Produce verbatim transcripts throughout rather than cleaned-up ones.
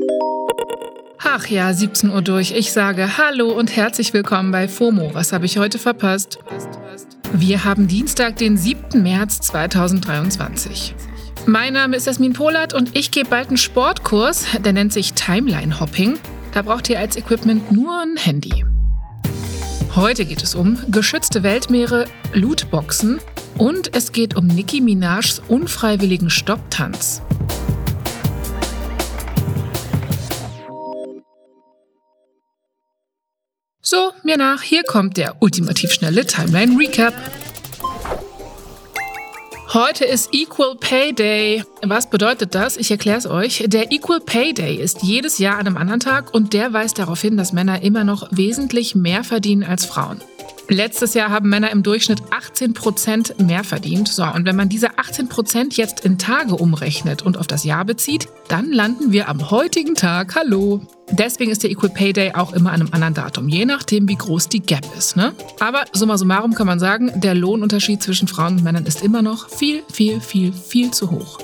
Ach ja, siebzehn Uhr durch. Ich sage Hallo und herzlich willkommen bei FOMO. Was habe ich heute verpasst? Wir haben Dienstag, den siebten März zweitausenddreiundzwanzig. Mein Name ist Jasmin Polat und ich gebe bald einen Sportkurs, der nennt sich Timeline Hopping. Da braucht ihr als Equipment nur ein Handy. Heute geht es um geschützte Weltmeere, Lootboxen und es geht um Nicki Minajs unfreiwilligen Stopptanz. So, mir nach, hier kommt der ultimativ schnelle Timeline Recap. Heute ist Equal Pay Day. Was bedeutet das? Ich erkläre es euch. Der Equal Pay Day ist jedes Jahr an einem anderen Tag und der weist darauf hin, dass Männer immer noch wesentlich mehr verdienen als Frauen. Letztes Jahr haben Männer im Durchschnitt achtzehn Prozent mehr verdient. So, und wenn man diese achtzehn Prozent jetzt in Tage umrechnet und auf das Jahr bezieht, dann landen wir am heutigen Tag. Hallo! Deswegen ist der Equal Pay Day auch immer an einem anderen Datum, je nachdem, wie groß die Gap ist. Ne? Aber summa summarum kann man sagen, der Lohnunterschied zwischen Frauen und Männern ist immer noch viel, viel, viel, viel zu hoch.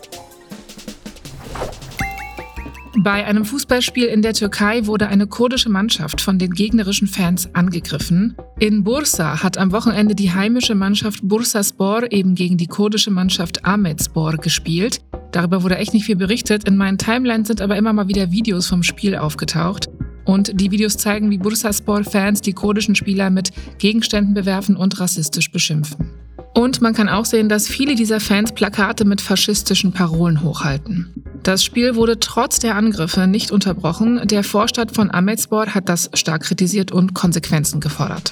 Bei einem Fußballspiel in der Türkei wurde eine kurdische Mannschaft von den gegnerischen Fans angegriffen. In Bursa hat am Wochenende die heimische Mannschaft Bursaspor eben gegen die kurdische Mannschaft Ahmetspor gespielt. Darüber wurde echt nicht viel berichtet. In meinen Timelines sind aber immer mal wieder Videos vom Spiel aufgetaucht. Und die Videos zeigen, wie Bursaspor-Fans die kurdischen Spieler mit Gegenständen bewerfen und rassistisch beschimpfen. Und man kann auch sehen, dass viele dieser Fans Plakate mit faschistischen Parolen hochhalten. Das Spiel wurde trotz der Angriffe nicht unterbrochen. Der Vorstand von Ahmetspor hat das stark kritisiert und Konsequenzen gefordert.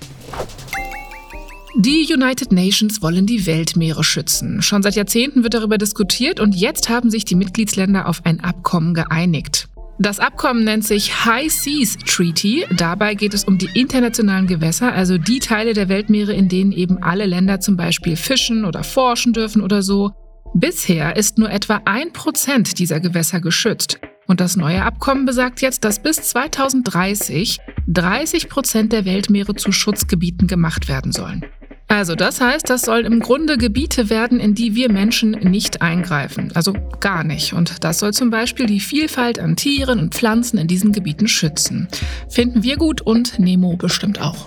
Die United Nations wollen die Weltmeere schützen. Schon seit Jahrzehnten wird darüber diskutiert und jetzt haben sich die Mitgliedsländer auf ein Abkommen geeinigt. Das Abkommen nennt sich High Seas Treaty. Dabei geht es um die internationalen Gewässer, also die Teile der Weltmeere, in denen eben alle Länder zum Beispiel fischen oder forschen dürfen oder so. Bisher ist nur etwa ein Prozent dieser Gewässer geschützt. Und das neue Abkommen besagt jetzt, dass bis zweitausenddreißig dreißig Prozent der Weltmeere zu Schutzgebieten gemacht werden sollen. Also das heißt, das sollen im Grunde Gebiete werden, in die wir Menschen nicht eingreifen. Also gar nicht. Und das soll zum Beispiel die Vielfalt an Tieren und Pflanzen in diesen Gebieten schützen. Finden wir gut und Nemo bestimmt auch.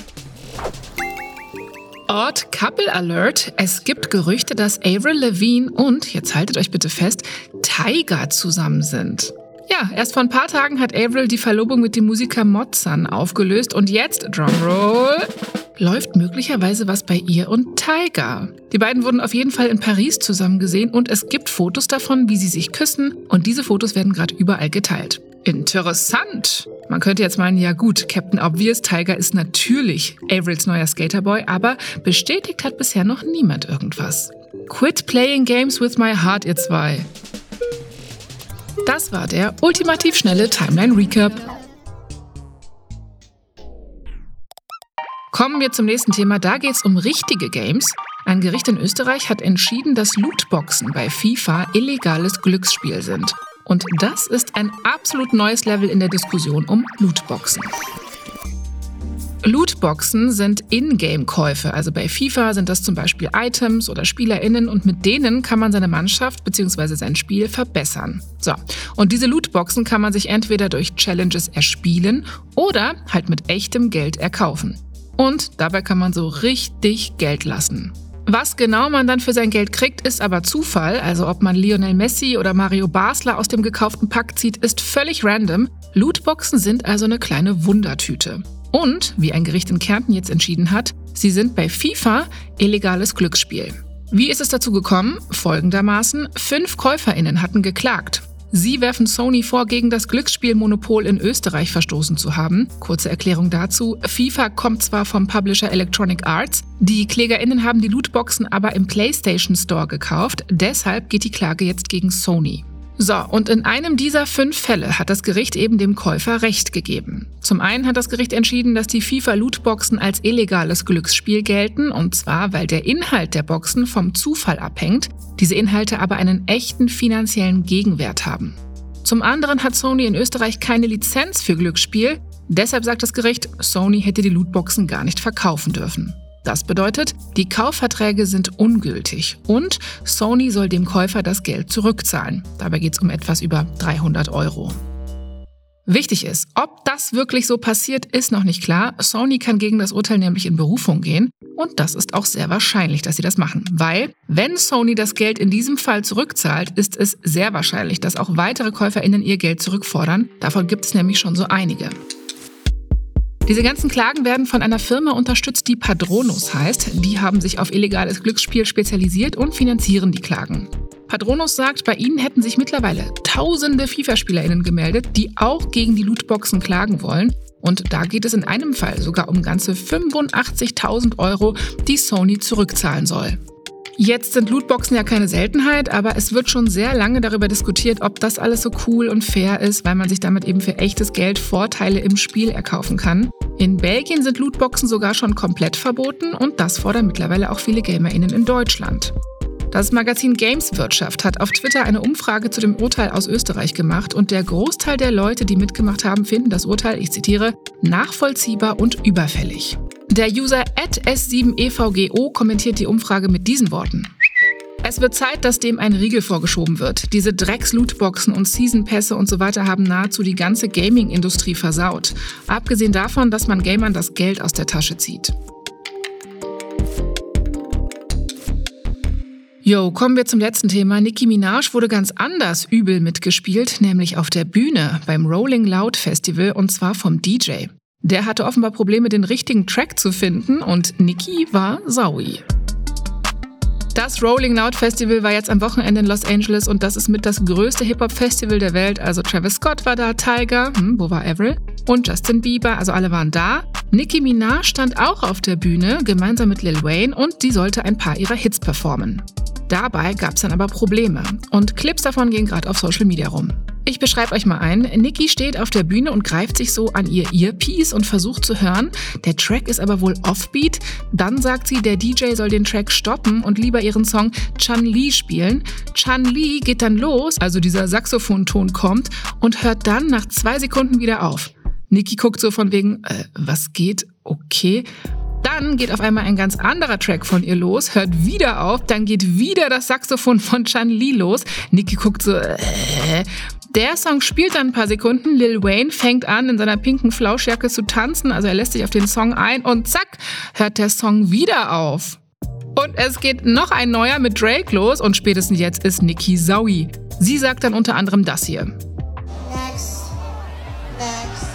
Odd Couple Alert. Es gibt Gerüchte, dass Avril Lavigne und, jetzt haltet euch bitte fest, Tyga zusammen sind. Ja, erst vor ein paar Tagen hat Avril die Verlobung mit dem Musiker Mozan aufgelöst und jetzt, Drumroll, läuft möglicherweise was bei ihr und Tyga. Die beiden wurden auf jeden Fall in Paris zusammen gesehen und es gibt Fotos davon, wie sie sich küssen und diese Fotos werden gerade überall geteilt. Interessant! Man könnte jetzt meinen, ja gut, Captain Obvious, Tyga ist natürlich Avrils neuer Skaterboy, aber bestätigt hat bisher noch niemand irgendwas. Quit playing games with my heart, ihr zwei. Das war der ultimativ schnelle Timeline Recap. Kommen wir zum nächsten Thema, da geht es um richtige Games. Ein Gericht in Österreich hat entschieden, dass Lootboxen bei FIFA illegales Glücksspiel sind. Und das ist ein absolut neues Level in der Diskussion um Lootboxen. Lootboxen sind Ingame-Käufe, also bei FIFA sind das zum Beispiel Items oder SpielerInnen und mit denen kann man seine Mannschaft bzw. sein Spiel verbessern. So, und diese Lootboxen kann man sich entweder durch Challenges erspielen oder halt mit echtem Geld erkaufen. Und dabei kann man so richtig Geld lassen. Was genau man dann für sein Geld kriegt, ist aber Zufall. Also ob man Lionel Messi oder Mario Basler aus dem gekauften Pack zieht, ist völlig random. Lootboxen sind also eine kleine Wundertüte. Und, wie ein Gericht in Kärnten jetzt entschieden hat, sie sind bei FIFA illegales Glücksspiel. Wie ist es dazu gekommen? Folgendermaßen, fünf KäuferInnen hatten geklagt. Sie werfen Sony vor, gegen das Glücksspielmonopol in Österreich verstoßen zu haben. Kurze Erklärung dazu. FIFA kommt zwar vom Publisher Electronic Arts, die KlägerInnen haben die Lootboxen aber im PlayStation Store gekauft, deshalb geht die Klage jetzt gegen Sony. So, und in einem dieser fünf Fälle hat das Gericht eben dem Käufer Recht gegeben. Zum einen hat das Gericht entschieden, dass die FIFA-Lootboxen als illegales Glücksspiel gelten, und zwar, weil der Inhalt der Boxen vom Zufall abhängt, diese Inhalte aber einen echten finanziellen Gegenwert haben. Zum anderen hat Sony in Österreich keine Lizenz für Glücksspiel, deshalb sagt das Gericht, Sony hätte die Lootboxen gar nicht verkaufen dürfen. Das bedeutet, die Kaufverträge sind ungültig und Sony soll dem Käufer das Geld zurückzahlen. Dabei geht es um etwas über dreihundert Euro. Wichtig ist, ob das wirklich so passiert, ist noch nicht klar. Sony kann gegen das Urteil nämlich in Berufung gehen und das ist auch sehr wahrscheinlich, dass sie das machen. Weil, wenn Sony das Geld in diesem Fall zurückzahlt, ist es sehr wahrscheinlich, dass auch weitere KäuferInnen ihr Geld zurückfordern. Davon gibt es nämlich schon so einige. Diese ganzen Klagen werden von einer Firma unterstützt, die Padronos heißt. Die haben sich auf illegales Glücksspiel spezialisiert und finanzieren die Klagen. Padronos sagt, bei ihnen hätten sich mittlerweile tausende FIFA-SpielerInnen gemeldet, die auch gegen die Lootboxen klagen wollen. Und da geht es in einem Fall sogar um ganze fünfundachtzigtausend Euro, die Sony zurückzahlen soll. Jetzt sind Lootboxen ja keine Seltenheit, aber es wird schon sehr lange darüber diskutiert, ob das alles so cool und fair ist, weil man sich damit eben für echtes Geld Vorteile im Spiel erkaufen kann. In Belgien sind Lootboxen sogar schon komplett verboten und das fordern mittlerweile auch viele GamerInnen in Deutschland. Das Magazin Gameswirtschaft hat auf Twitter eine Umfrage zu dem Urteil aus Österreich gemacht und der Großteil der Leute, die mitgemacht haben, finden das Urteil, ich zitiere, nachvollziehbar und überfällig. Der User at S sieben E V G O kommentiert die Umfrage mit diesen Worten. Es wird Zeit, dass dem ein Riegel vorgeschoben wird. Diese Drecks-Lootboxen und Season-Pässe und so weiter haben nahezu die ganze Gaming-Industrie versaut. Abgesehen davon, dass man Gamern das Geld aus der Tasche zieht. Jo, kommen wir zum letzten Thema. Nicki Minaj wurde ganz anders übel mitgespielt, nämlich auf der Bühne beim Rolling Loud Festival und zwar vom D J. Der hatte offenbar Probleme, den richtigen Track zu finden und Nicki war saui. Das Rolling Loud Festival war jetzt am Wochenende in Los Angeles und das ist mit das größte Hip-Hop-Festival der Welt. Also Travis Scott war da, Tyga, hm, wo war Avril? Und Justin Bieber, also alle waren da. Nicki Minaj stand auch auf der Bühne, gemeinsam mit Lil Wayne und die sollte ein paar ihrer Hits performen. Dabei gab es dann aber Probleme und Clips davon gehen gerade auf Social Media rum. Ich beschreibe euch mal ein. Nicki steht auf der Bühne und greift sich so an ihr Earpiece und versucht zu hören. Der Track ist aber wohl offbeat. Dann sagt sie, der D J soll den Track stoppen und lieber ihren Song Chun-Li spielen. Chun-Li geht dann los, also dieser Saxophonton kommt und hört dann nach zwei Sekunden wieder auf. Nicki guckt so von wegen, äh, was geht? Okay. Dann geht auf einmal ein ganz anderer Track von ihr los, hört wieder auf, dann geht wieder das Saxophon von Chun-Li los. Nicki guckt so, äh. Der Song spielt dann ein paar Sekunden, Lil Wayne fängt an, in seiner pinken Flauschjacke zu tanzen, also er lässt sich auf den Song ein und zack, hört der Song wieder auf. Und es geht noch ein neuer mit Drake los und spätestens jetzt ist Nicki saui. Sie sagt dann unter anderem das hier. Next, next.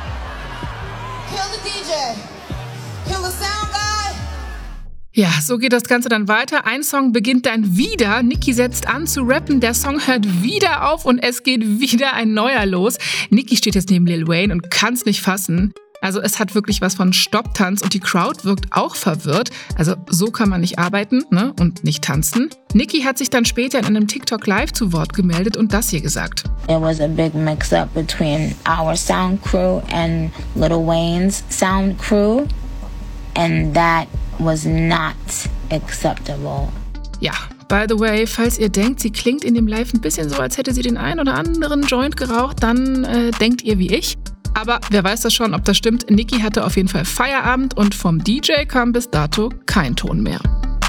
Kill the D J. Kill the sound guy. Ja, so geht das Ganze dann weiter. Ein Song beginnt dann wieder. Nicki setzt an zu rappen. Der Song hört wieder auf und es geht wieder ein neuer los. Nicki steht jetzt neben Lil Wayne und kann's nicht fassen. Also es hat wirklich was von Stopptanz und die Crowd wirkt auch verwirrt. Also so kann man nicht arbeiten, ne? Und nicht tanzen. Nicki hat sich dann später in einem TikTok Live zu Wort gemeldet und das hier gesagt. There was a big mix-up between our sound crew and Lil Wayne's sound crew and that was not acceptable. Ja, by the way, falls ihr denkt, sie klingt in dem Live ein bisschen so, als hätte sie den einen oder anderen Joint geraucht, dann äh, denkt ihr wie ich. Aber wer weiß das schon, ob das stimmt. Nicki hatte auf jeden Fall Feierabend und vom D J kam bis dato kein Ton mehr.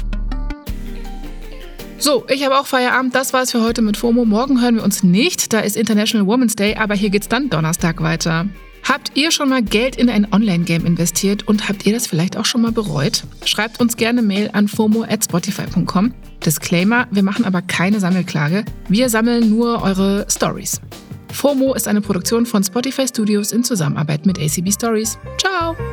So, ich habe auch Feierabend. Das war's für heute mit FOMO. Morgen hören wir uns nicht. Da ist International Women's Day, aber hier geht's dann Donnerstag weiter. Habt ihr schon mal Geld in ein Online-Game investiert und habt ihr das vielleicht auch schon mal bereut? Schreibt uns gerne Mail an fomo at spotify punkt com. Disclaimer, wir machen aber keine Sammelklage. Wir sammeln nur eure Stories. FOMO ist eine Produktion von Spotify Studios in Zusammenarbeit mit A C B Stories. Ciao!